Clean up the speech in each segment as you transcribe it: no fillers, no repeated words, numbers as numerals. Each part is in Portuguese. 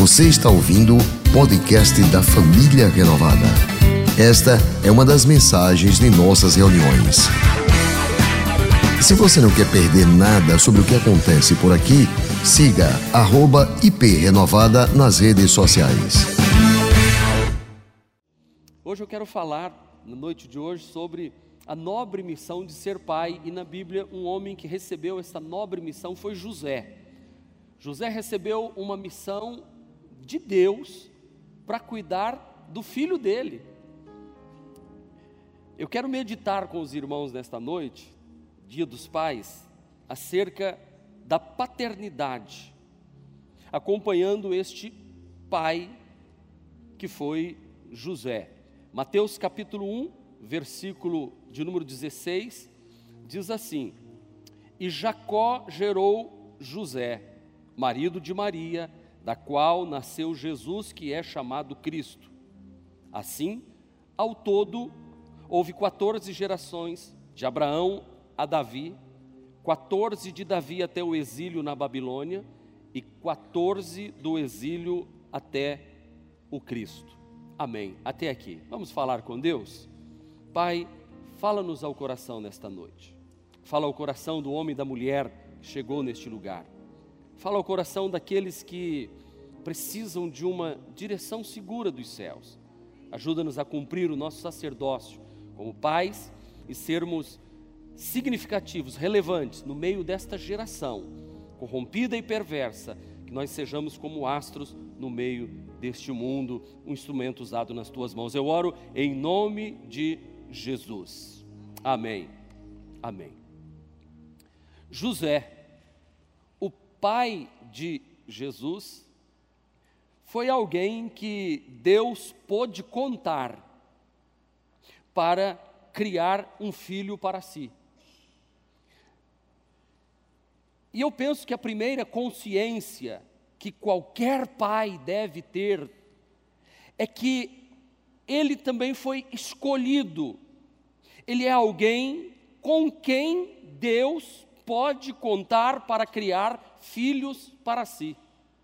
Você está ouvindo o podcast da Família Renovada. Esta é uma das mensagens de nossas reuniões. Se você não quer perder nada sobre o que acontece por aqui, siga @IPRenovada nas redes sociais. Hoje eu quero falar, na noite de hoje, sobre a nobre missão de ser pai. E na Bíblia, um homem que recebeu essa nobre missão foi José. José recebeu uma missão de Deus para cuidar do filho dele. Eu quero meditar com os irmãos nesta noite, Dia dos Pais, acerca da paternidade, acompanhando este pai que foi José. Mateus capítulo 1, versículo de número 16, diz assim: E Jacó gerou José, marido de Maria, da qual nasceu Jesus, que é chamado Cristo. Assim, ao todo, houve 14 gerações, de Abraão a Davi, 14 de Davi até o exílio na Babilônia, e 14 do exílio até o Cristo. Amém. Até aqui. Vamos falar com Deus? Pai, fala-nos ao coração nesta noite. Fala ao coração do homem e da mulher que chegou neste lugar. Fala ao coração daqueles que precisam de uma direção segura dos céus. Ajuda-nos a cumprir o nosso sacerdócio como pais e sermos significativos, relevantes no meio desta geração corrompida e perversa, que nós sejamos como astros no meio deste mundo, um instrumento usado nas tuas mãos. Eu oro em nome de Jesus. Amém. Amém. José, o pai de Jesus, foi alguém que Deus pôde contar para criar um filho para si. E eu penso que a primeira consciência que qualquer pai deve ter é que ele também foi escolhido. Ele é alguém com quem Deus pode contar para criar filhos para si.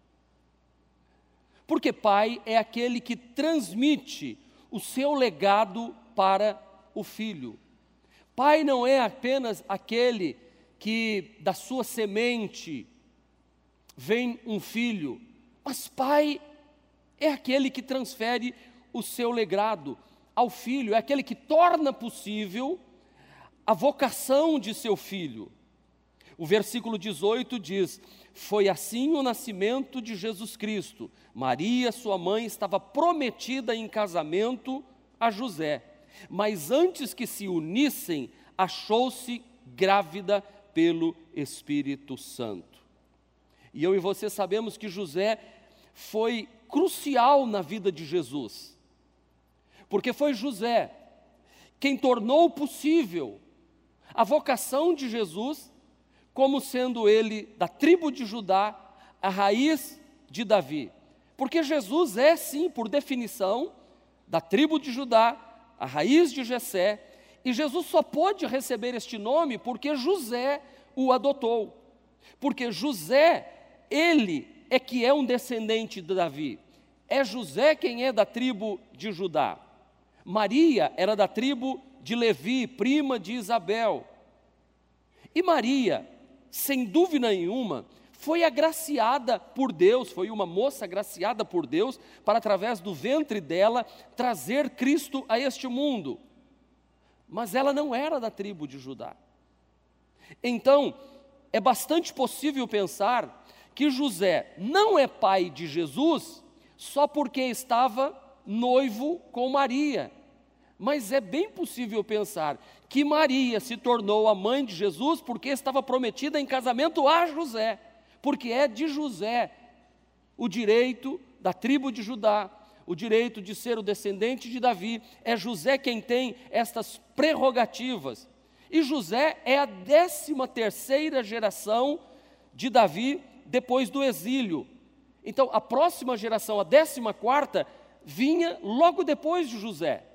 Porque pai é aquele que transmite o seu legado para o filho. Pai não é apenas aquele que da sua semente vem um filho, mas pai é aquele que transfere o seu legado ao filho, é aquele que torna possível a vocação de seu filho. O versículo 18 diz: Foi assim o nascimento de Jesus Cristo. Maria, sua mãe, estava prometida em casamento a José, mas antes que se unissem, achou-se grávida pelo Espírito Santo. E eu e você sabemos que José foi crucial na vida de Jesus, porque foi José quem tornou possível a vocação de Jesus, como sendo ele da tribo de Judá, a raiz de Davi. Porque Jesus é, sim, por definição, da tribo de Judá, a raiz de Jessé, e Jesus só pôde receber este nome porque José o adotou. Porque José, ele é que é um descendente de Davi. É José quem é da tribo de Judá. Maria era da tribo de Levi, prima de Isabel. E Maria, sem dúvida nenhuma, foi agraciada por Deus, foi uma moça agraciada por Deus para, através do ventre dela, trazer Cristo a este mundo. Mas ela não era da tribo de Judá. Então, é bastante possível pensar que José não é pai de Jesus só porque estava noivo com Maria. Mas é bem possível pensar que Maria se tornou a mãe de Jesus porque estava prometida em casamento a José. Porque é de José o direito da tribo de Judá, o direito de ser o descendente de Davi. É José quem tem estas prerrogativas. E José é a 13ª geração de Davi depois do exílio. Então, a próxima geração, a 14ª, vinha logo depois de José.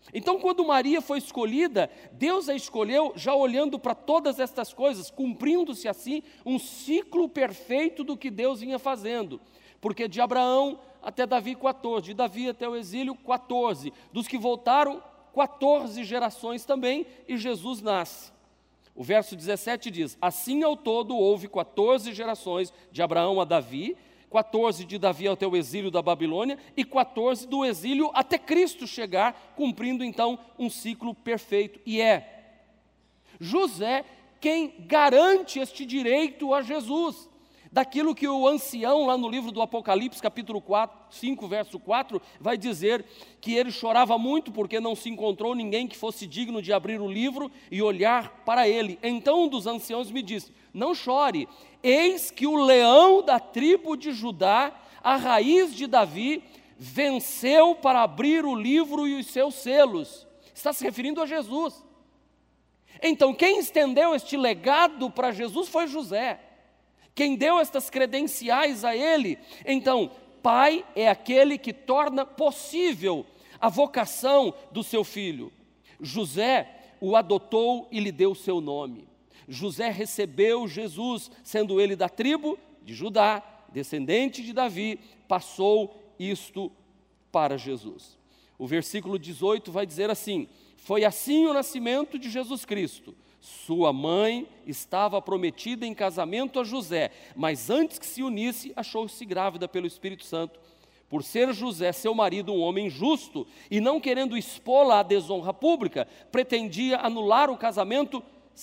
Então, quando Maria foi escolhida, Deus a escolheu já olhando para todas estas coisas, cumprindo-se assim um ciclo perfeito do que Deus vinha fazendo. Porque de Abraão até Davi, 14, de Davi até o exílio, 14, dos que voltaram, 14 gerações também, e Jesus nasce. O verso 17 diz: assim ao todo houve 14 gerações de Abraão a Davi, 14 de Davi até o exílio da Babilônia e 14 do exílio até Cristo chegar, cumprindo então um ciclo perfeito. E é José quem garante este direito a Jesus, daquilo que o ancião lá no livro do Apocalipse, capítulo 5, verso 4, vai dizer que ele chorava muito porque não se encontrou ninguém que fosse digno de abrir o livro e olhar para ele. Então um dos anciãos me disse: não chore, eis que o leão da tribo de Judá, a raiz de Davi, venceu para abrir o livro e os seus selos. Está se referindo a Jesus. Então quem estendeu este legado para Jesus foi José. Quem deu estas credenciais a ele? Então, pai é aquele que torna possível a vocação do seu filho. José o adotou e lhe deu o seu nome. José recebeu Jesus, sendo ele da tribo de Judá, descendente de Davi, passou isto para Jesus. O versículo 18 vai dizer assim: foi assim o nascimento de Jesus Cristo. Sua mãe estava prometida em casamento a José, mas antes que se unisse, achou-se grávida pelo Espírito Santo. Por ser José, seu marido, um homem justo, e não querendo expô-la à desonra pública, pretendia anular o casamento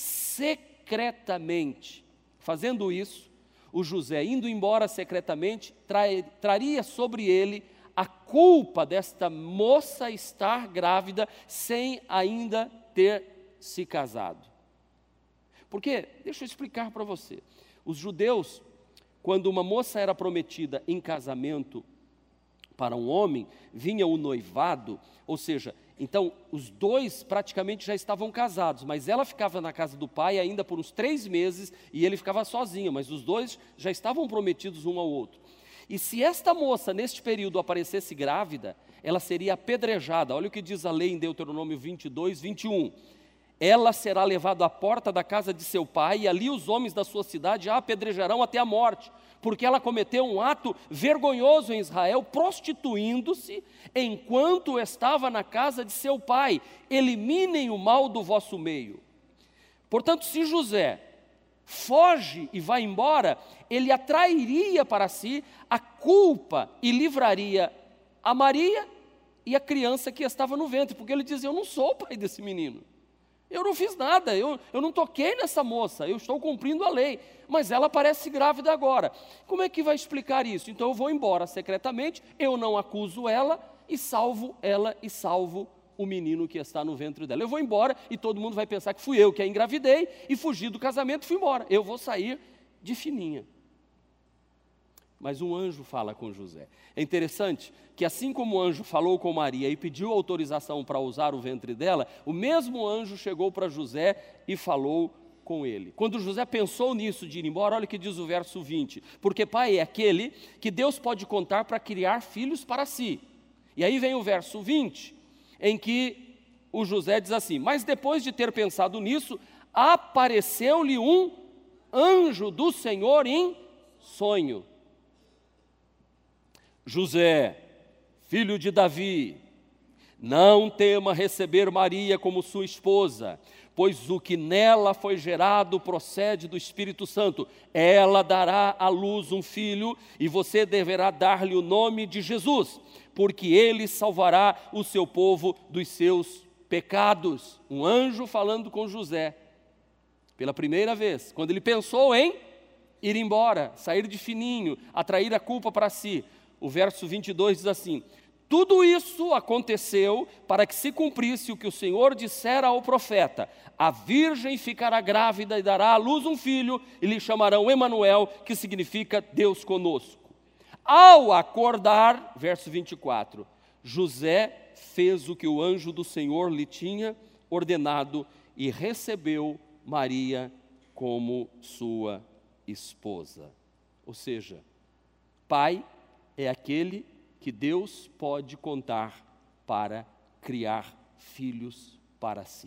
secretamente. Fazendo isso, o José, indo embora secretamente, traria sobre ele a culpa desta moça estar grávida sem ainda ter se casado. Porque, deixa eu explicar para você, os judeus, quando uma moça era prometida em casamento para um homem, vinha o noivado, ou seja, então os dois praticamente já estavam casados, mas ela ficava na casa do pai ainda por uns 3 meses e ele ficava sozinho, mas os dois já estavam prometidos um ao outro. E se esta moça, neste período, aparecesse grávida, ela seria apedrejada. Olha o que diz a lei em Deuteronômio 22, 21. Ela será levada à porta da casa de seu pai, e ali os homens da sua cidade a apedrejarão até a morte, porque ela cometeu um ato vergonhoso em Israel, prostituindo-se enquanto estava na casa de seu pai. Eliminem o mal do vosso meio. Portanto, se José foge e vai embora, ele atrairia para si a culpa e livraria a Maria e a criança que estava no ventre, porque ele dizia: eu não sou o pai desse menino. Eu não fiz nada, eu não toquei nessa moça, eu estou cumprindo a lei, mas ela parece grávida agora. Como é que vai explicar isso? Então eu vou embora secretamente, eu não acuso ela e salvo o menino que está no ventre dela. Eu vou embora e todo mundo vai pensar que fui eu que a engravidei e fugi do casamento e fui embora. Eu vou sair de fininha. Mas um anjo fala com José. É interessante que assim como o anjo falou com Maria e pediu autorização para usar o ventre dela, o mesmo anjo chegou para José e falou com ele. Quando José pensou nisso de ir embora, olha o que diz o verso 20. Porque pai é aquele que Deus pode contar para criar filhos para si. E aí vem o verso 20, em que o José diz assim: mas depois de ter pensado nisso, apareceu-lhe um anjo do Senhor em sonho. José, filho de Davi, não tema receber Maria como sua esposa, pois o que nela foi gerado procede do Espírito Santo. Ela dará à luz um filho e você deverá dar-lhe o nome de Jesus, porque ele salvará o seu povo dos seus pecados. Um anjo falando com José, pela primeira vez, quando ele pensou em ir embora, sair de fininho, atrair a culpa para si. O verso 22 diz assim: tudo isso aconteceu para que se cumprisse o que o Senhor dissera ao profeta: a virgem ficará grávida e dará à luz um filho, e lhe chamarão Emanuel, que significa Deus conosco. Ao acordar, verso 24, José fez o que o anjo do Senhor lhe tinha ordenado e recebeu Maria como sua esposa. Ou seja, pai é aquele que Deus pode contar para criar filhos para si.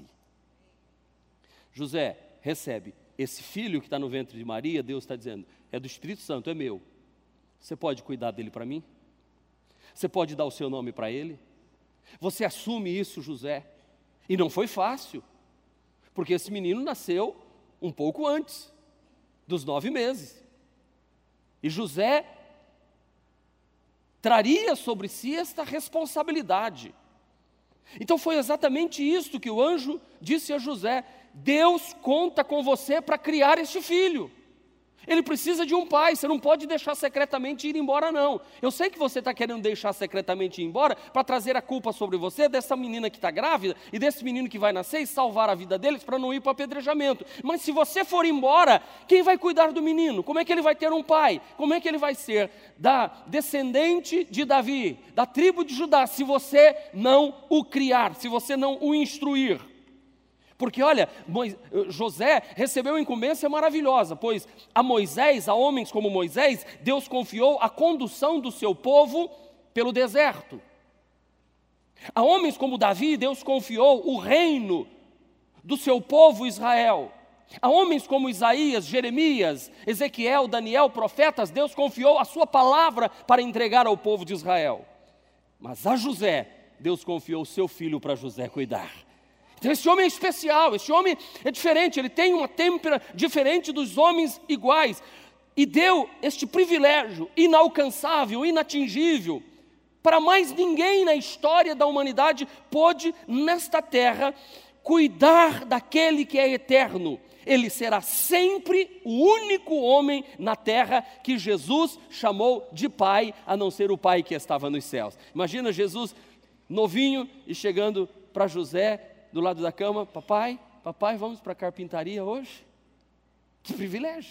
José recebe esse filho que está no ventre de Maria. Deus está dizendo, é do Espírito Santo, é meu. Você pode cuidar dele para mim? Você pode dar o seu nome para ele? Você assume isso, José? E não foi fácil, porque esse menino nasceu um pouco antes dos 9 meses. E José traria sobre si esta responsabilidade. Então foi exatamente isso que o anjo disse a José: Deus conta com você para criar este filho. Ele precisa de um pai, você não pode deixar secretamente ir embora não. Eu sei que você está querendo deixar secretamente ir embora para trazer a culpa sobre você dessa menina que está grávida e desse menino que vai nascer e salvar a vida deles para não ir para o apedrejamento. Mas se você for embora, quem vai cuidar do menino? Como é que ele vai ter um pai? Como é que ele vai ser da descendente de Davi, da tribo de Judá, se você não o criar, se você não o instruir? Porque olha, José recebeu uma incumbência maravilhosa, pois a Moisés, a homens como Moisés, Deus confiou a condução do seu povo pelo deserto. A homens como Davi, Deus confiou o reino do seu povo Israel. A homens como Isaías, Jeremias, Ezequiel, Daniel, profetas, Deus confiou a sua palavra para entregar ao povo de Israel. Mas a José, Deus confiou o seu filho para José cuidar. Então esse homem é especial, esse homem é diferente, ele tem uma têmpera diferente dos homens iguais. E deu este privilégio inalcançável, inatingível, para mais ninguém na história da humanidade pôde, nesta terra, cuidar daquele que é eterno. Ele será sempre o único homem na terra que Jesus chamou de pai, a não ser o pai que estava nos céus. Imagina Jesus novinho e chegando para José do lado da cama: papai, vamos para a carpintaria hoje? Que privilégio!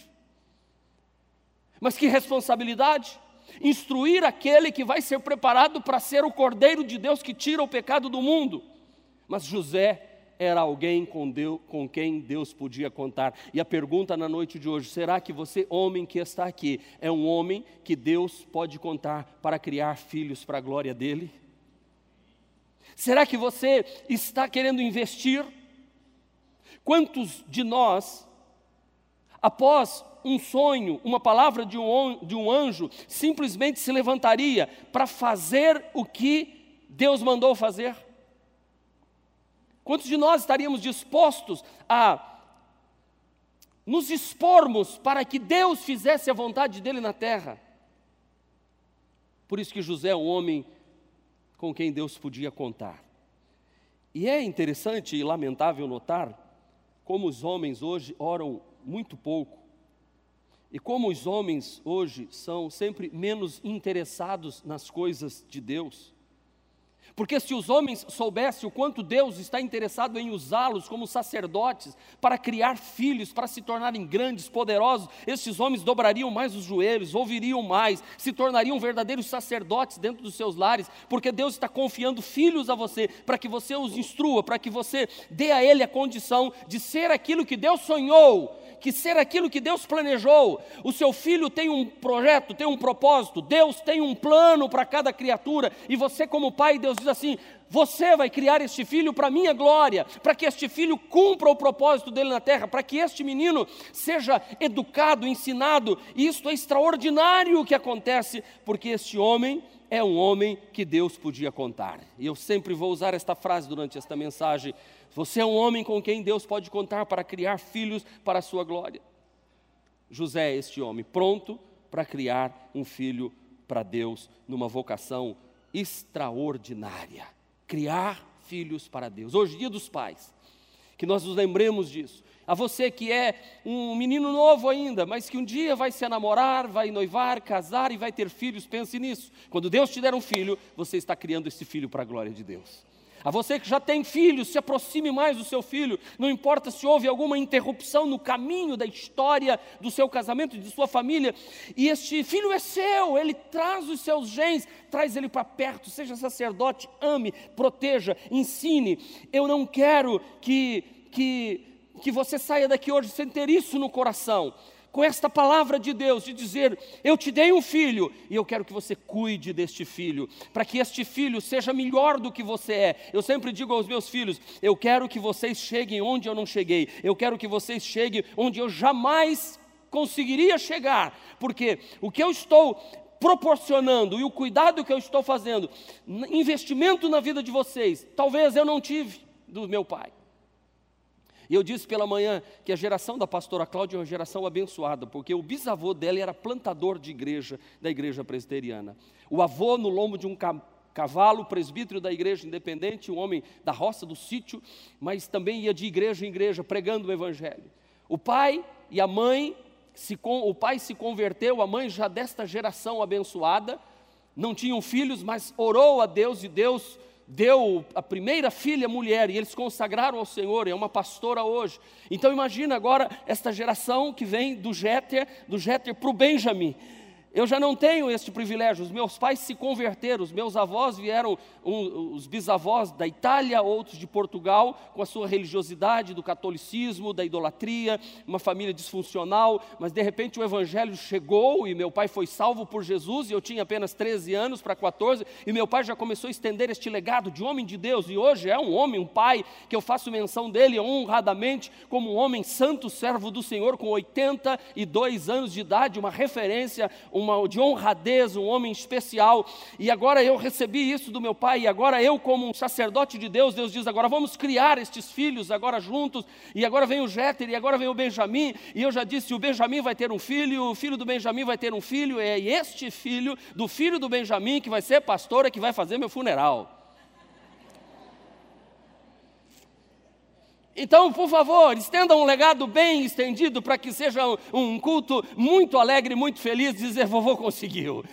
Mas que responsabilidade! Instruir aquele que vai ser preparado para ser o Cordeiro de Deus que tira o pecado do mundo. Mas José era alguém com quem Deus podia contar. E a pergunta na noite de hoje: será que você, homem que está aqui, é um homem que Deus pode contar para criar filhos para a glória dele? Será que você está querendo investir? Quantos de nós, após um sonho, uma palavra de um anjo, simplesmente se levantaria para fazer o que Deus mandou fazer? Quantos de nós estaríamos dispostos a nos expormos para que Deus fizesse a vontade dele na terra? Por isso que José é um homem com quem Deus podia contar. E é interessante e lamentável notar como os homens hoje oram muito pouco e como os homens hoje são sempre menos interessados nas coisas de Deus. Porque se os homens soubessem o quanto Deus está interessado em usá-los como sacerdotes para criar filhos, para se tornarem grandes, poderosos, esses homens dobrariam mais os joelhos, ouviriam mais, se tornariam verdadeiros sacerdotes dentro dos seus lares, porque Deus está confiando filhos a você, para que você os instrua, para que você dê a ele a condição de ser aquilo que Deus sonhou, que ser aquilo que Deus planejou. O seu filho tem um projeto, tem um propósito, Deus tem um plano para cada criatura, e você como pai, Deus diz assim: você vai criar este filho para a minha glória, para que este filho cumpra o propósito dele na terra, para que este menino seja educado, ensinado. E isto é extraordinário o que acontece, porque este homem é um homem que Deus podia contar. E eu sempre vou usar esta frase durante esta mensagem: você é um homem com quem Deus pode contar para criar filhos para a sua glória. José é este homem, pronto para criar um filho para Deus, numa vocação extraordinária. Criar filhos para Deus. Hoje, dia dos pais, que nós nos lembremos disso. A você que é um menino novo ainda, mas que um dia vai se namorar, vai noivar, casar e vai ter filhos, pense nisso. Quando Deus te der um filho, você está criando esse filho para a glória de Deus. A você que já tem filhos, se aproxime mais do seu filho. Não importa se houve alguma interrupção no caminho da história do seu casamento, de sua família, e este filho é seu, ele traz os seus genes, traz ele para perto, seja sacerdote, ame, proteja, ensine. Eu não quero que você saia daqui hoje sem ter isso no coração. com esta palavra de Deus, de dizer, eu te dei um filho, e eu quero que você cuide deste filho, para que este filho seja melhor do que você é. Eu sempre digo aos meus filhos, eu quero que vocês cheguem onde eu não cheguei, eu quero que vocês cheguem onde eu jamais conseguiria chegar, porque o que eu estou proporcionando e o cuidado que eu estou fazendo, investimento na vida de vocês, talvez eu não tive do meu pai. E eu disse pela manhã que a geração da pastora Cláudia é uma geração abençoada, porque o bisavô dela era plantador de igreja, da igreja presbiteriana. O avô no lombo de um cavalo, presbítero da igreja independente, um homem da roça, do sítio, mas também ia de igreja em igreja pregando o evangelho. O pai e a mãe, o pai se converteu, a mãe já desta geração abençoada, não tinham filhos, mas orou a Deus e Deus deu a primeira filha mulher, e eles consagraram ao Senhor, é uma pastora hoje. Então imagina agora esta geração que vem do Jeter para o Benjamin. Eu já não tenho este privilégio, os meus pais se converteram, os meus avós vieram, os bisavós da Itália, outros de Portugal, com a sua religiosidade, do catolicismo, da idolatria, uma família disfuncional, mas de repente o evangelho chegou e meu pai foi salvo por Jesus, e eu tinha apenas 13 anos para 14, e meu pai já começou a estender este legado de homem de Deus, e hoje é um homem, um pai, que eu faço menção dele honradamente, como um homem santo, servo do Senhor, com 82 anos de idade, uma referência, de honradez, um homem especial, e agora eu recebi isso do meu pai, e agora eu como um sacerdote de Deus, Deus diz, agora vamos criar estes filhos, agora juntos, e agora vem o Jeter, e agora vem o Benjamim, e eu já disse, o Benjamim vai ter um filho, o filho do Benjamim vai ter um filho, é este filho do filho do Benjamim, que vai ser pastora, que vai fazer meu funeral. Então, por favor, estenda um legado bem estendido para que seja um culto muito alegre, muito feliz, dizer, vovô conseguiu,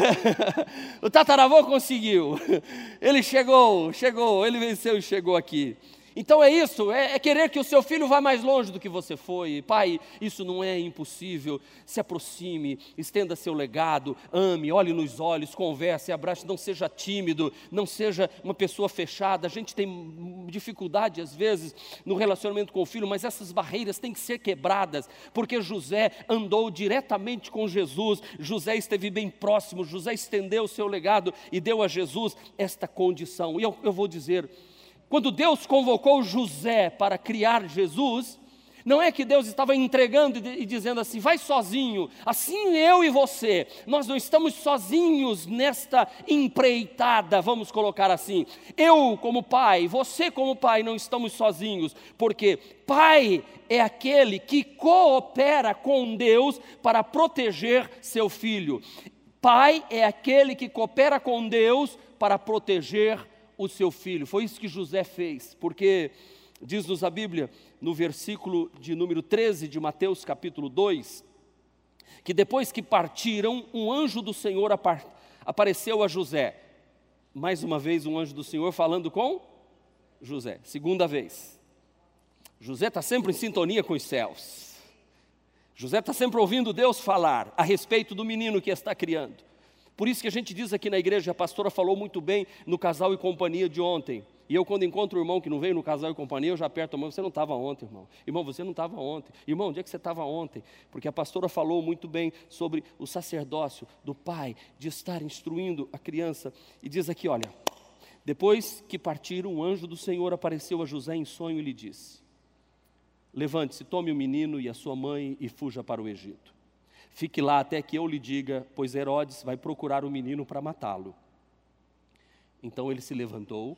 o tataravô conseguiu, ele chegou, ele venceu e chegou aqui. Então é isso, é querer que o seu filho vá mais longe do que você foi. Pai, isso não é impossível, se aproxime, estenda seu legado, ame, olhe nos olhos, converse, abrace, não seja tímido, não seja uma pessoa fechada. A gente tem dificuldade às vezes no relacionamento com o filho, mas essas barreiras têm que ser quebradas, porque José andou diretamente com Jesus, José esteve bem próximo, José estendeu o seu legado e deu a Jesus esta condição. E eu vou dizer, quando Deus convocou José para criar Jesus, não é que Deus estava entregando e dizendo assim, vai sozinho, assim eu e você, nós não estamos sozinhos nesta empreitada, vamos colocar assim. Eu como pai, você como pai, não estamos sozinhos, porque pai é aquele que coopera com Deus para proteger seu filho. Pai é aquele que coopera com Deus para proteger o seu filho. Foi isso que José fez, porque diz-nos a Bíblia, no versículo de número 13 de Mateus capítulo 2, que depois que partiram, um anjo do Senhor apareceu a José. Mais uma vez um anjo do Senhor falando com José, segunda vez. José está sempre em sintonia com os céus. José está sempre ouvindo Deus falar a respeito do menino que está criando. Por isso que a gente diz aqui na igreja, a pastora falou muito bem no Casal e Companhia de ontem. E eu quando encontro o irmão que não veio no Casal e Companhia, eu já aperto a mão, você não estava ontem, irmão. Irmão, você não estava ontem. Irmão, onde é que você estava ontem? Porque a pastora falou muito bem sobre o sacerdócio do pai, de estar instruindo a criança. E diz aqui, olha, depois que partiram, um anjo do Senhor apareceu a José em sonho e lhe disse, levante-se, tome o menino e a sua mãe e fuja para o Egito. Fique lá até que eu lhe diga, pois Herodes vai procurar o menino para matá-lo. Então ele se levantou,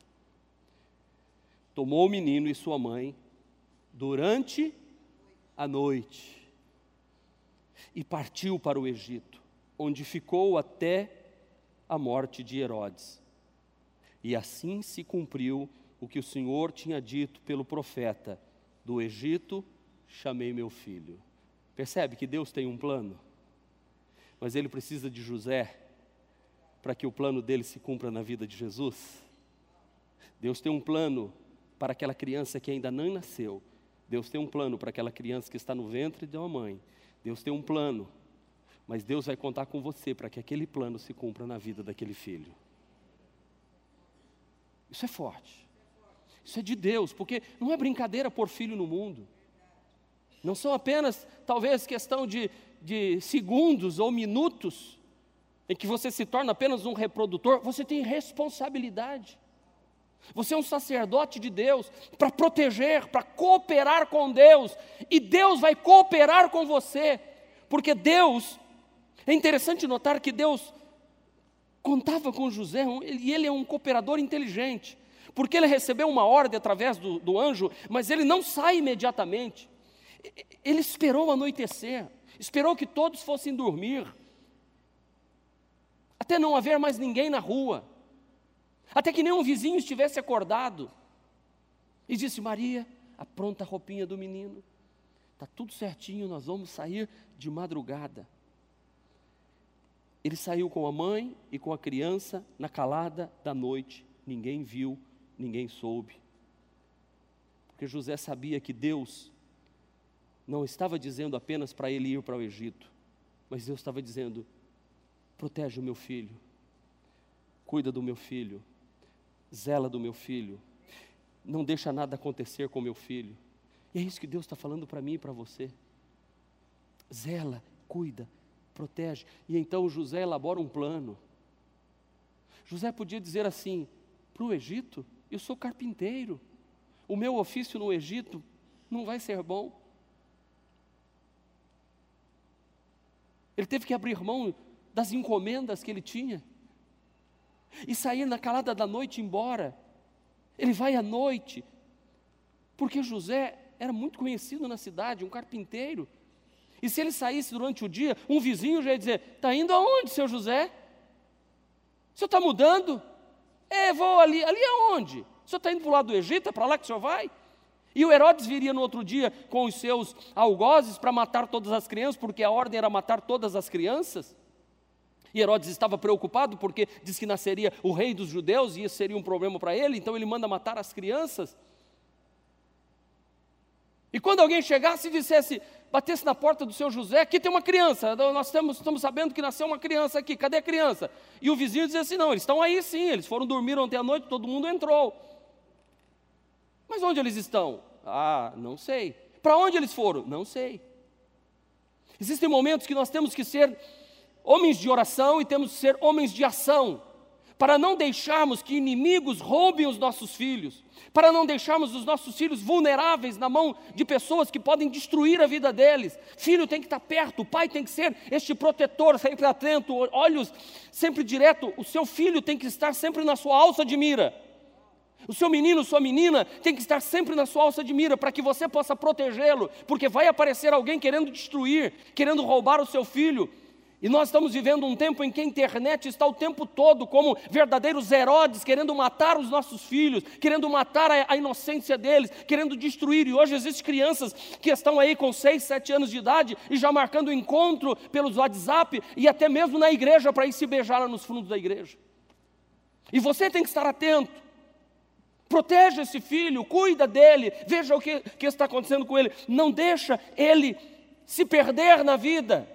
tomou o menino e sua mãe durante a noite e partiu para o Egito, onde ficou até a morte de Herodes. E assim se cumpriu o que o Senhor tinha dito pelo profeta, do Egito chamei meu filho. Percebe que Deus tem um plano, mas Ele precisa de José para que o plano dele se cumpra na vida de Jesus. Deus tem um plano para aquela criança que ainda não nasceu. Deus tem um plano para aquela criança que está no ventre de uma mãe. Deus tem um plano, mas Deus vai contar com você para que aquele plano se cumpra na vida daquele filho. Isso é forte. Isso é de Deus, porque não é brincadeira pôr filho no mundo. Não são apenas, talvez, questão de segundos ou minutos, em que você se torna apenas um reprodutor. Você tem responsabilidade. Você é um sacerdote de Deus para proteger, para cooperar com Deus. E Deus vai cooperar com você. Porque Deus, é interessante notar que Deus contava com José, e ele é um cooperador inteligente. Porque ele recebeu uma ordem através do anjo, mas ele não sai imediatamente. Ele esperou anoitecer, esperou que todos fossem dormir, até não haver mais ninguém na rua, até que nenhum vizinho estivesse acordado, e disse: Maria, apronta a roupinha do menino, está tudo certinho, nós vamos sair de madrugada. Ele saiu com a mãe e com a criança na calada da noite, ninguém viu, ninguém soube, porque José sabia que Deus não estava dizendo apenas para ele ir para o Egito, mas Deus estava dizendo: protege o meu filho, cuida do meu filho, zela do meu filho, não deixa nada acontecer com o meu filho. E é isso que Deus está falando para mim e para você. Zela, cuida, protege. E então José elabora um plano. José podia dizer assim: para o Egito, eu sou carpinteiro, o meu ofício no Egito não vai ser bom. Ele teve que abrir mão das encomendas que ele tinha e sair na calada da noite embora. Ele vai à noite, porque José era muito conhecido na cidade, um carpinteiro. E se ele saísse durante o dia, um vizinho já ia dizer: está indo aonde, seu José? O senhor está mudando? Vou ali. Ali aonde? O senhor está indo para o lado do Egito, é para lá que o senhor vai? E o Herodes viria no outro dia com os seus algozes para matar todas as crianças, porque a ordem era matar todas as crianças. E Herodes estava preocupado porque diz que nasceria o rei dos judeus e isso seria um problema para ele, então ele manda matar as crianças. E quando alguém chegasse e dissesse, batesse na porta do seu José: aqui tem uma criança, nós estamos sabendo que nasceu uma criança aqui, cadê a criança? E o vizinho dizia assim: não, eles estão aí sim, eles foram dormir ontem à noite, todo mundo entrou. Mas onde eles estão? Não sei. Para onde eles foram? Não sei. Existem momentos que nós temos que ser homens de oração e temos que ser homens de ação, para não deixarmos que inimigos roubem os nossos filhos, para não deixarmos os nossos filhos vulneráveis na mão de pessoas que podem destruir a vida deles. Filho tem que estar perto, o pai tem que ser este protetor, sempre atento, olhos sempre direto. O seu filho tem que estar sempre na sua alça de mira. O seu menino, sua menina tem que estar sempre na sua alça de mira, para que você possa protegê-lo, porque vai aparecer alguém querendo destruir, querendo roubar o seu filho. E nós estamos vivendo um tempo em que a internet está o tempo todo como verdadeiros Herodes, querendo matar os nossos filhos, querendo matar a inocência deles, querendo destruir. E hoje existem crianças que estão aí com 6, 7 anos de idade e já marcando encontro pelos WhatsApp e até mesmo na igreja para ir se beijar lá nos fundos da igreja. E você tem que estar atento. Proteja esse filho, cuida dele, veja o que está acontecendo com ele. Não deixa ele se perder na vida.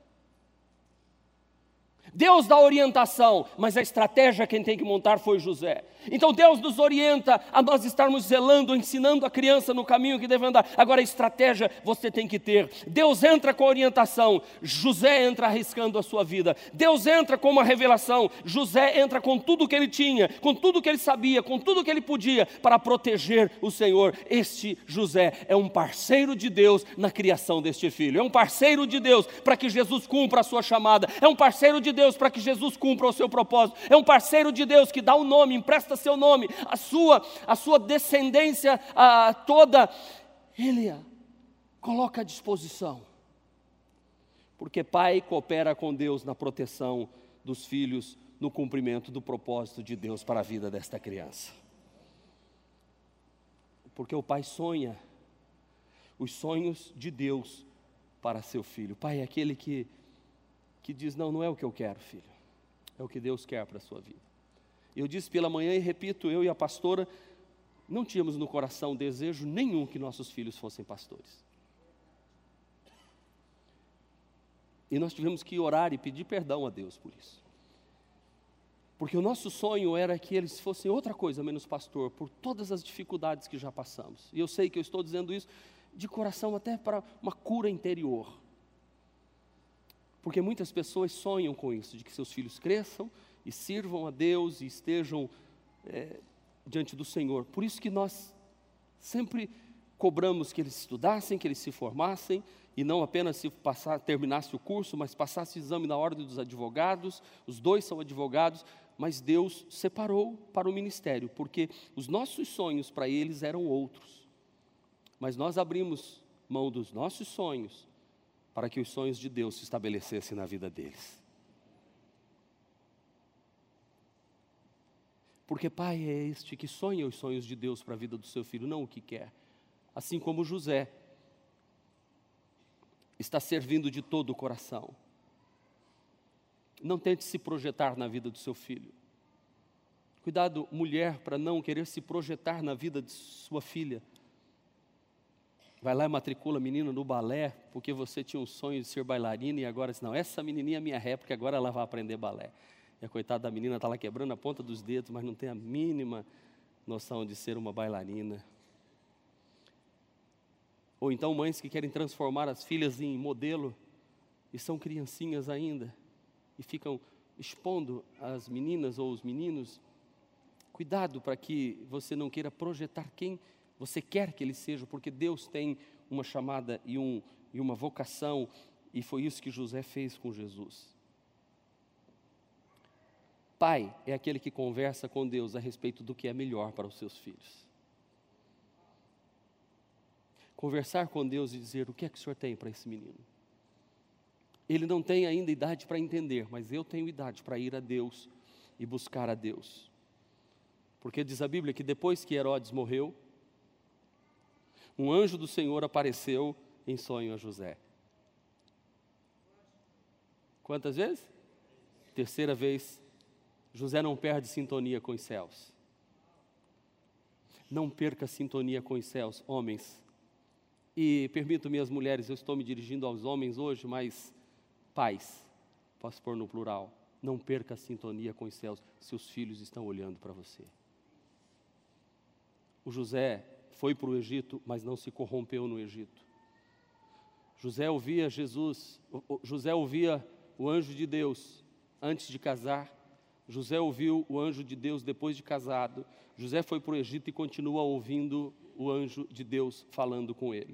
Deus dá orientação, mas a estratégia quem tem que montar foi José. Então Deus nos orienta a nós estarmos zelando, ensinando a criança no caminho que deve andar. Agora a estratégia você tem que ter. Deus entra com a orientação, José entra arriscando a sua vida. Deus entra com uma revelação, José entra com tudo que ele tinha, com tudo que ele sabia, com tudo que ele podia para proteger o Senhor. Este José é um parceiro de Deus na criação deste filho. É um parceiro de Deus para que Jesus cumpra a sua chamada. É um parceiro de Deus para que Jesus cumpra o seu propósito. É um parceiro de Deus que dá o nome, empresta seu nome, a sua descendência toda, Ele a coloca à disposição. Porque pai coopera com Deus na proteção dos filhos, no cumprimento do propósito de Deus para a vida desta criança. Porque o pai sonha os sonhos de Deus para seu filho. O pai é aquele que diz: não é o que eu quero, filho, é o que Deus quer para a sua vida. Eu disse pela manhã e repito, eu e a pastora não tínhamos no coração desejo nenhum que nossos filhos fossem pastores. E nós tivemos que orar e pedir perdão a Deus por isso. Porque o nosso sonho era que eles fossem outra coisa menos pastor, por todas as dificuldades que já passamos. E eu sei que eu estou dizendo isso de coração, até para uma cura interior. Porque muitas pessoas sonham com isso, de que seus filhos cresçam e sirvam a Deus e estejam diante do Senhor. Por isso que nós sempre cobramos que eles estudassem, que eles se formassem, e não apenas se terminasse o curso, mas passasse o exame na ordem dos advogados. Os dois são advogados, mas Deus separou para o ministério, porque os nossos sonhos para eles eram outros. Mas nós abrimos mão dos nossos sonhos para que os sonhos de Deus se estabelecessem na vida deles. Porque pai é este que sonha os sonhos de Deus para a vida do seu filho, não o que quer. Assim como José está servindo de todo o coração. Não tente se projetar na vida do seu filho. Cuidado, mulher, para não querer se projetar na vida de sua filha. Vai lá e matricula a menina no balé, porque você tinha um sonho de ser bailarina e agora diz, não, essa menininha é minha réplica, agora ela vai aprender balé. E a coitada da menina está lá quebrando a ponta dos dedos, mas não tem a mínima noção de ser uma bailarina. Ou então mães que querem transformar as filhas em modelo e são criancinhas ainda e ficam expondo as meninas ou os meninos. Cuidado para que você não queira projetar quem você quer que ele seja, porque Deus tem uma chamada e uma vocação, e foi isso que José fez com Jesus. Pai é aquele que conversa com Deus a respeito do que é melhor para os seus filhos. Conversar com Deus e dizer, o que é que o Senhor tem para esse menino? Ele não tem ainda idade para entender, mas eu tenho idade para ir a Deus e buscar a Deus. Porque diz a Bíblia que depois que Herodes morreu, um anjo do Senhor apareceu em sonho a José. Quantas vezes? Terceira vez. José não perde sintonia com os céus. Não perca sintonia com os céus, homens. E permitam-me as mulheres, eu estou me dirigindo aos homens hoje, mas pais, posso pôr no plural, não perca a sintonia com os céus, seus filhos estão olhando para você. O José foi para o Egito, mas não se corrompeu no Egito. José ouvia o anjo de Deus antes de casar. José ouviu o anjo de Deus depois de casado. José foi para o Egito e continua ouvindo o anjo de Deus falando com ele.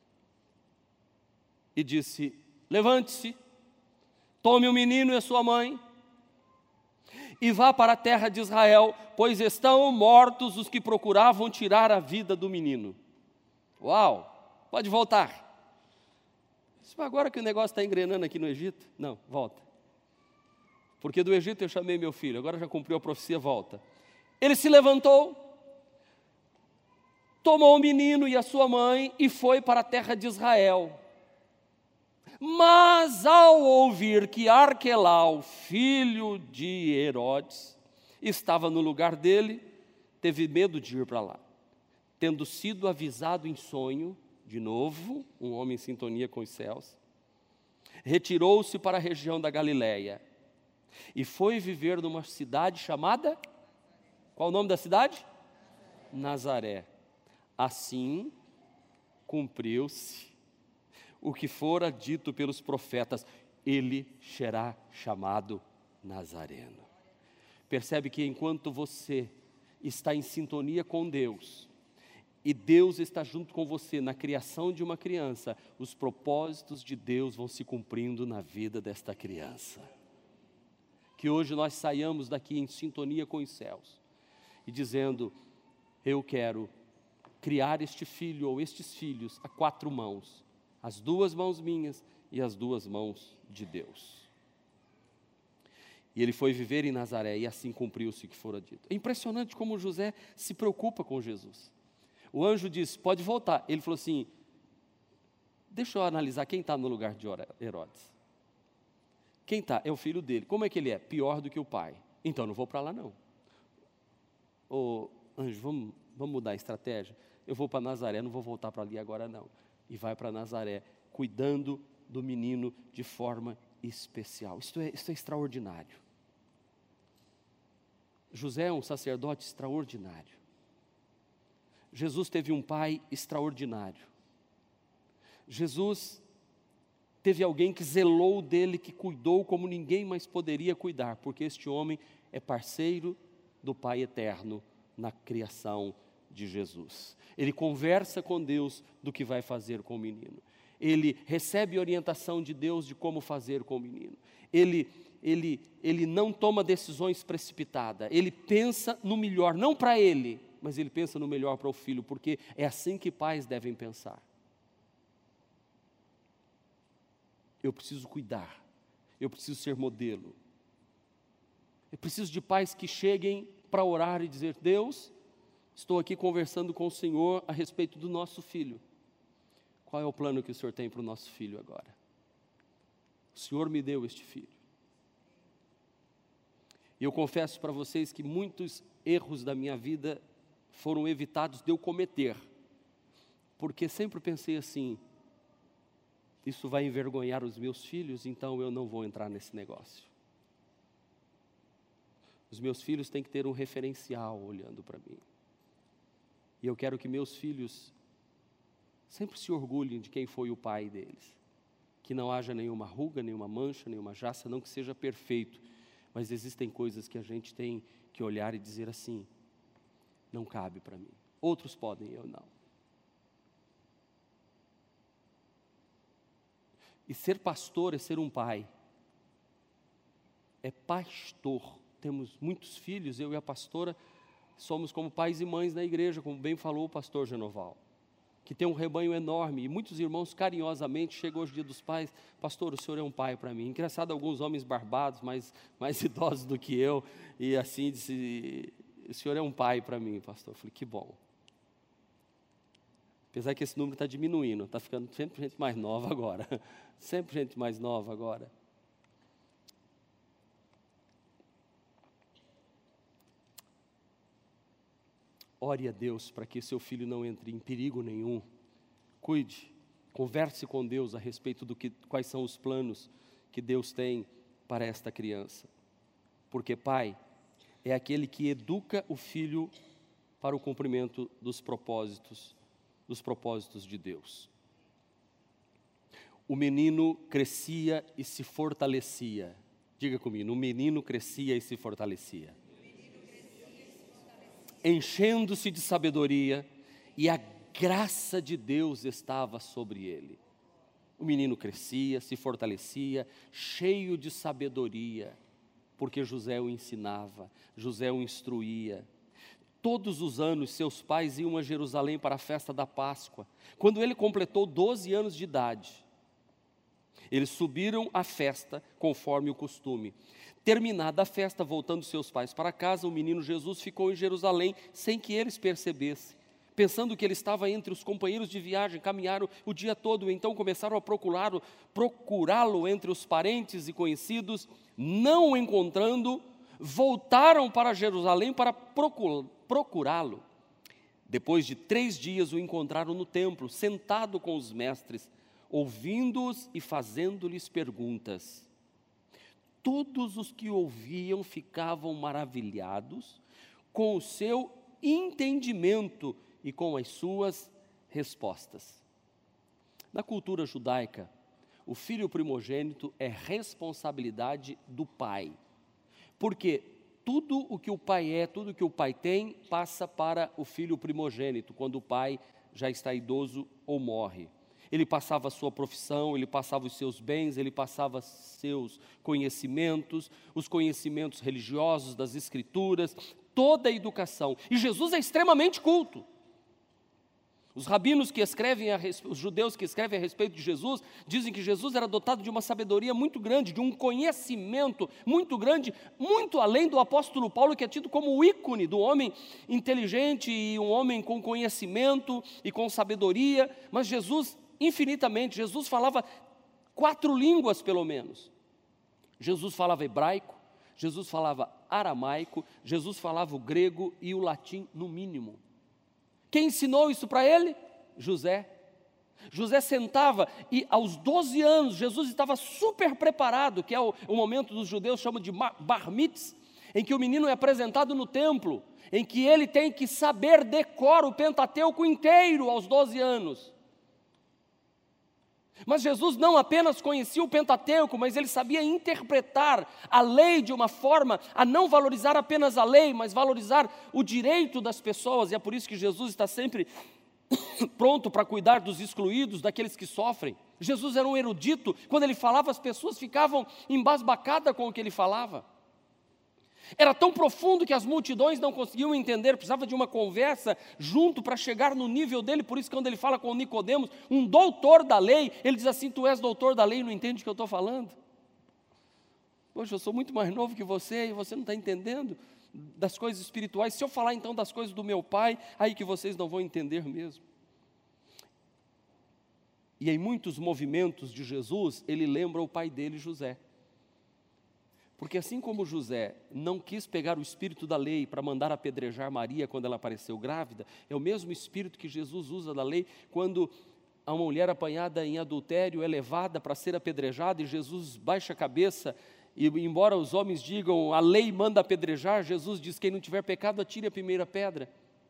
E disse, levante-se, tome o menino e a sua mãe, e vá para a terra de Israel, pois estão mortos os que procuravam tirar a vida do menino. Uau, pode voltar. Agora que o negócio está engrenando aqui no Egito, não, volta. Porque do Egito eu chamei meu filho, agora já cumpriu a profecia, volta. Ele se levantou, tomou o menino e a sua mãe e foi para a terra de Israel. Mas ao ouvir que Arquelau, filho de Herodes, estava no lugar dele, teve medo de ir para lá. Tendo sido avisado em sonho, de novo, um homem em sintonia com os céus, retirou-se para a região da Galileia e foi viver numa cidade chamada, qual o nome da cidade? Nazaré. Assim cumpriu-se o que fora dito pelos profetas, ele será chamado Nazareno. Percebe que enquanto você está em sintonia com Deus, e Deus está junto com você na criação de uma criança, os propósitos de Deus vão se cumprindo na vida desta criança. Que hoje nós saiamos daqui em sintonia com os céus, e dizendo, eu quero criar este filho ou estes filhos a 4 mãos, as 2 mãos minhas e as 2 mãos de Deus. E ele foi viver em Nazaré e assim cumpriu-se o que fora dito. É impressionante como José se preocupa com Jesus. O anjo disse, pode voltar. Ele falou assim, deixa eu analisar quem está no lugar de Herodes. Quem está? É o filho dele. Como é que ele é? Pior do que o pai. Então não vou para lá não. Ô anjo, vamos mudar a estratégia? Eu vou para Nazaré, não vou voltar para ali agora não. E vai para Nazaré, cuidando do menino de forma especial. Isto é extraordinário. José é um sacerdote extraordinário. Jesus teve um pai extraordinário. Jesus teve alguém que zelou dele, que cuidou como ninguém mais poderia cuidar, porque este homem é parceiro do Pai eterno na criação de Jesus. Ele conversa com Deus do que vai fazer com o menino. Ele recebe orientação de Deus de como fazer com o menino. Ele não toma decisões precipitadas. Ele pensa no melhor, não para ele, mas ele pensa no melhor para o filho, porque é assim que pais devem pensar. Eu preciso cuidar, eu preciso ser modelo. Eu preciso de pais que cheguem para orar e dizer: Deus, estou aqui conversando com o Senhor a respeito do nosso filho. Qual é o plano que o Senhor tem para o nosso filho agora? O Senhor me deu este filho. E eu confesso para vocês que muitos erros da minha vida foram evitados de eu cometer, porque sempre pensei assim: isso vai envergonhar os meus filhos, então eu não vou entrar nesse negócio. Os meus filhos têm que ter um referencial olhando para mim. E eu quero que meus filhos sempre se orgulhem de quem foi o pai deles. Que não haja nenhuma ruga, nenhuma mancha, nenhuma jaça, não que seja perfeito. Mas existem coisas que a gente tem que olhar e dizer assim: não cabe para mim. Outros podem, eu não. E ser pastor é ser um pai. É pastor. Temos muitos filhos, eu e a pastora somos como pais e mães na igreja, como bem falou o pastor Genoval, que tem um rebanho enorme, e muitos irmãos carinhosamente chegam hoje dia dos pais: pastor, o senhor é um pai para mim. Engraçado, alguns homens barbados, mais idosos do que eu, e assim disse: o senhor é um pai para mim, pastor. Eu falei: que bom. Apesar que esse número está diminuindo, está ficando sempre gente mais nova agora, sempre gente mais nova agora. Ore a Deus para que seu filho não entre em perigo nenhum. Cuide, converse com Deus a respeito quais são os planos que Deus tem para esta criança. Porque pai é aquele que educa o filho para o cumprimento dos propósitos de Deus. O menino crescia e se fortalecia. Diga comigo: o menino crescia e se fortalecia, enchendo-se de sabedoria, e a graça de Deus estava sobre ele. O menino crescia, se fortalecia, cheio de sabedoria, porque José o ensinava, José o instruía. Todos os anos seus pais iam a Jerusalém para a festa da Páscoa. Quando ele completou 12 anos de idade, eles subiram à festa conforme o costume. Terminada a festa, voltando seus pais para casa, o menino Jesus ficou em Jerusalém sem que eles percebessem. Pensando que ele estava entre os companheiros de viagem, caminharam o dia todo, então começaram a procurá-lo entre os parentes e conhecidos. Não o encontrando, voltaram para Jerusalém para procurá-lo. Depois de 3 dias o encontraram no templo, sentado com os mestres, ouvindo-os e fazendo-lhes perguntas. Todos os que ouviam ficavam maravilhados com o seu entendimento e com as suas respostas. Na cultura judaica, o filho primogênito é responsabilidade do pai, porque tudo o que o pai é, tudo o que o pai tem, passa para o filho primogênito, quando o pai já está idoso ou morre. Ele passava a sua profissão, ele passava os seus bens, ele passava seus conhecimentos, os conhecimentos religiosos das Escrituras, toda a educação. E Jesus é extremamente culto. Os rabinos que escrevem, os judeus que escrevem a respeito de Jesus, dizem que Jesus era dotado de uma sabedoria muito grande, de um conhecimento muito grande, muito além do apóstolo Paulo, que é tido como o ícone do homem inteligente e um homem com conhecimento e com sabedoria. Mas Jesus, infinitamente, Jesus falava 4 línguas pelo menos. Jesus falava hebraico, Jesus falava aramaico, Jesus falava o grego e o latim no mínimo. Quem ensinou isso para ele? José. José sentava e aos 12 anos Jesus estava super preparado, que é o momento dos judeus chamam de bar mitzvah, em que o menino é apresentado no templo, em que ele tem que saber decor o Pentateuco inteiro aos 12 anos. Mas Jesus não apenas conhecia o Pentateuco, mas ele sabia interpretar a lei de uma forma a não valorizar apenas a lei, mas valorizar o direito das pessoas. E é por isso que Jesus está sempre pronto para cuidar dos excluídos, daqueles que sofrem. Jesus era um erudito, quando ele falava, as pessoas ficavam embasbacadas com o que ele falava. Era tão profundo que as multidões não conseguiam entender, precisava de uma conversa junto para chegar no nível dele. Por isso, quando ele fala com Nicodemos, um doutor da lei, ele diz assim: tu és doutor da lei e não entende o que eu estou falando? Poxa, eu sou muito mais novo que você e você não está entendendo das coisas espirituais. Se eu falar então das coisas do meu pai, aí que vocês não vão entender mesmo. E em muitos movimentos de Jesus, ele lembra o pai dele, José. Porque assim como José não quis pegar o espírito da lei para mandar apedrejar Maria quando ela apareceu grávida, é o mesmo espírito que Jesus usa da lei quando a mulher apanhada em adultério é levada para ser apedrejada e Jesus baixa a cabeça e, embora os homens digam a lei manda apedrejar, Jesus diz: quem não tiver pecado atire a primeira pedra.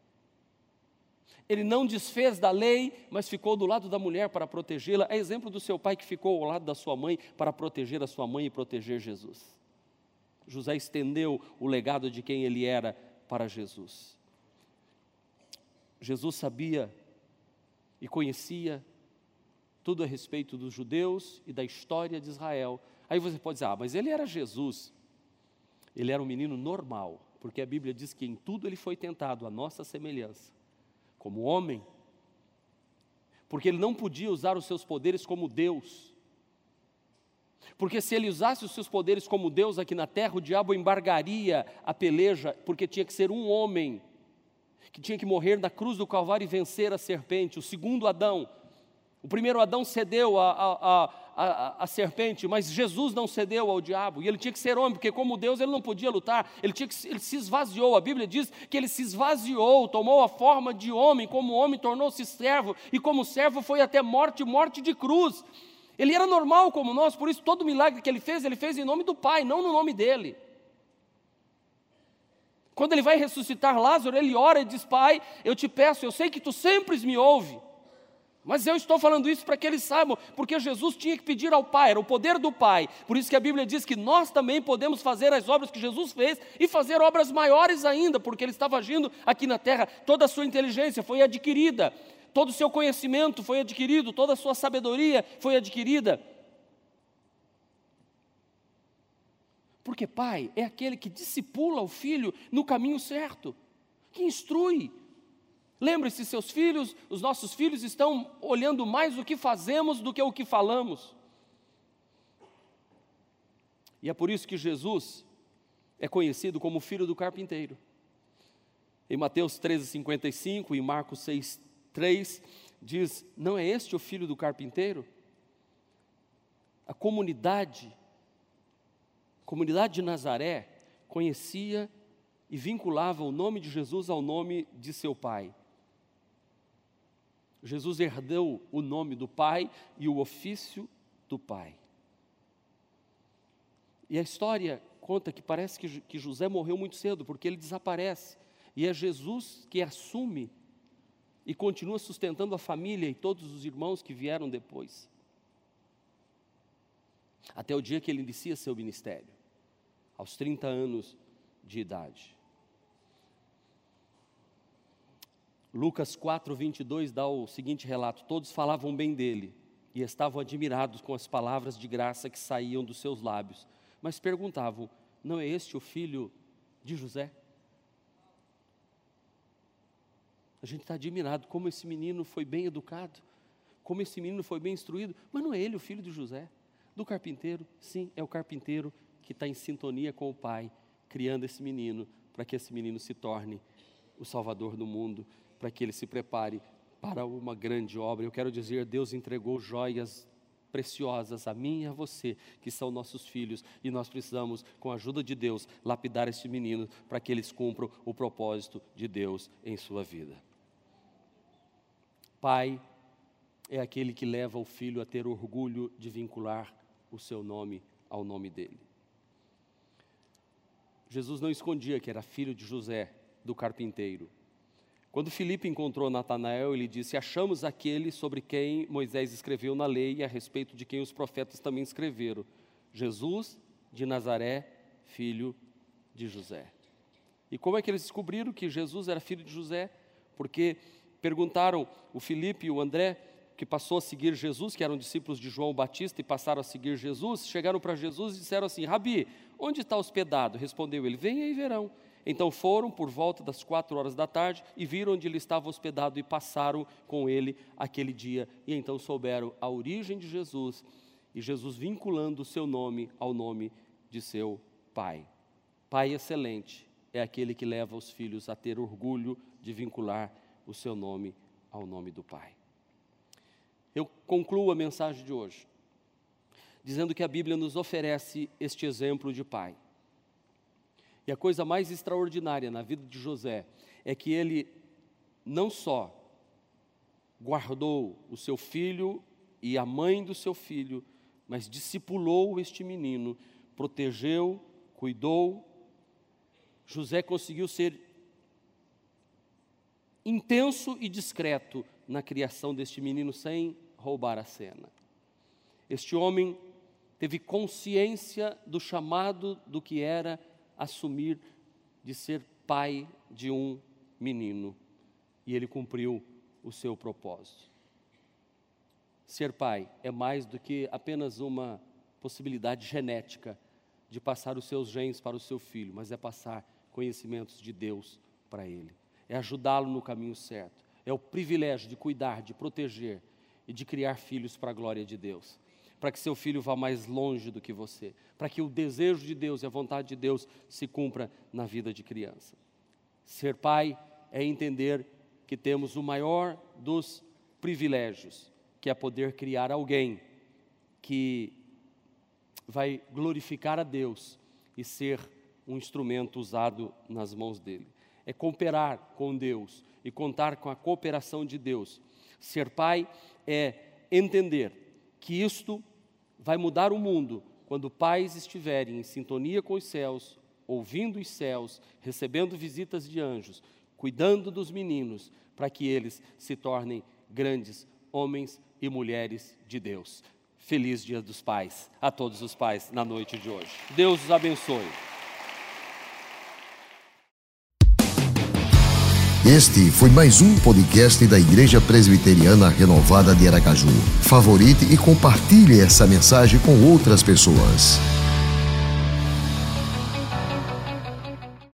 Ele não desfez da lei, mas ficou do lado da mulher para protegê-la. É exemplo do seu pai que ficou ao lado da sua mãe para proteger a sua mãe e proteger Jesus. José estendeu o legado de quem ele era para Jesus. Jesus sabia e conhecia tudo a respeito dos judeus e da história de Israel. Aí você pode dizer: mas ele era Jesus. Ele era um menino normal, porque a Bíblia diz que em tudo ele foi tentado à nossa semelhança, como homem, porque ele não podia usar os seus poderes como Deus. Porque se ele usasse os seus poderes como Deus aqui na terra, o diabo embargaria a peleja, porque tinha que ser um homem, que tinha que morrer na cruz do Calvário e vencer a serpente, o segundo Adão. O primeiro Adão cedeu a serpente, mas Jesus não cedeu ao diabo, e ele tinha que ser homem, porque como Deus ele não podia lutar, ele se esvaziou. A Bíblia diz que ele se esvaziou, tomou a forma de homem, como homem tornou-se servo, e como servo foi até morte de cruz. Ele era normal como nós, por isso todo milagre que ele fez em nome do Pai, não no nome dele. Quando ele vai ressuscitar Lázaro, ele ora e diz: Pai, eu te peço, eu sei que tu sempre me ouve, mas eu estou falando isso para que eles saibam, porque Jesus tinha que pedir ao Pai, era o poder do Pai. Por isso que a Bíblia diz que nós também podemos fazer as obras que Jesus fez e fazer obras maiores ainda, porque ele estava agindo aqui na terra. Toda a sua inteligência foi adquirida, todo o seu conhecimento foi adquirido, toda a sua sabedoria foi adquirida. Porque pai é aquele que discipula o filho no caminho certo, que instrui. Lembre-se, seus filhos, os nossos filhos estão olhando mais o que fazemos do que o que falamos. E é por isso que Jesus é conhecido como filho do carpinteiro. Em Mateus 13,55 e Marcos 6,3 diz: não é este o filho do carpinteiro? A comunidade de Nazaré conhecia e vinculava o nome de Jesus ao nome de seu pai. Jesus herdou o nome do pai e o ofício do pai. E a história conta que parece que José morreu muito cedo, porque ele desaparece. E é Jesus que assume e continua sustentando a família e todos os irmãos que vieram depois. Até o dia que ele inicia seu ministério, aos 30 anos de idade. Lucas 4:22 dá o seguinte relato: todos falavam bem dele e estavam admirados com as palavras de graça que saíam dos seus lábios, mas perguntavam: não é este o filho de José? A gente está admirado como esse menino foi bem educado, como esse menino foi bem instruído, mas não é ele o filho de José? Do carpinteiro? Sim, é o carpinteiro que está em sintonia com o pai, criando esse menino, para que esse menino se torne o salvador do mundo, para que ele se prepare para uma grande obra. Eu quero dizer, Deus entregou joias preciosas a mim e a você, que são nossos filhos, e nós precisamos, com a ajuda de Deus, lapidar esse menino, para que eles cumpram o propósito de Deus em sua vida. Pai é aquele que leva o filho a ter orgulho de vincular o seu nome ao nome dele. Jesus não escondia que era filho de José, do carpinteiro, Quando Filipe encontrou Natanael, ele disse: achamos aquele sobre quem Moisés escreveu na lei e a respeito de quem os profetas também escreveram, Jesus de Nazaré, filho de José. E como é que eles descobriram que Jesus era filho de José? Porque perguntaram o Filipe e o André, que passou a seguir Jesus, que eram discípulos de João Batista e passaram a seguir Jesus, chegaram para Jesus e disseram assim: Rabi, onde está hospedado? Respondeu ele: venha e verão. Então foram por volta das 4 da tarde e viram onde ele estava hospedado e passaram com ele aquele dia. E então souberam a origem de Jesus e Jesus vinculando o seu nome ao nome de seu pai. Pai excelente é aquele que leva os filhos a ter orgulho de vincular o seu nome ao nome do pai. Eu concluo a mensagem de hoje dizendo que a Bíblia nos oferece este exemplo de pai. E a coisa mais extraordinária na vida de José é que ele não só guardou o seu filho e a mãe do seu filho, mas discipulou este menino, protegeu, cuidou. José conseguiu ser intenso e discreto na criação deste menino sem roubar a cena. Este homem teve consciência do chamado do que era assumir de ser pai de um menino, e ele cumpriu o seu propósito. Ser pai é mais do que apenas uma possibilidade genética de passar os seus genes para o seu filho, mas é passar conhecimentos de Deus para ele, é ajudá-lo no caminho certo, é o privilégio de cuidar, de proteger e de criar filhos para a glória de Deus, para que seu filho vá mais longe do que você, para que o desejo de Deus e a vontade de Deus se cumpra na vida de criança. Ser pai é entender que temos o maior dos privilégios, que é poder criar alguém que vai glorificar a Deus e ser um instrumento usado nas mãos dele. É cooperar com Deus e contar com a cooperação de Deus. Ser pai é entender que isto vai mudar o mundo quando pais estiverem em sintonia com os céus, ouvindo os céus, recebendo visitas de anjos, cuidando dos meninos, para que eles se tornem grandes homens e mulheres de Deus. Feliz Dia dos Pais a todos os pais na noite de hoje. Deus os abençoe. Este foi mais um podcast da Igreja Presbiteriana Renovada de Aracaju. Favorite e compartilhe essa mensagem com outras pessoas.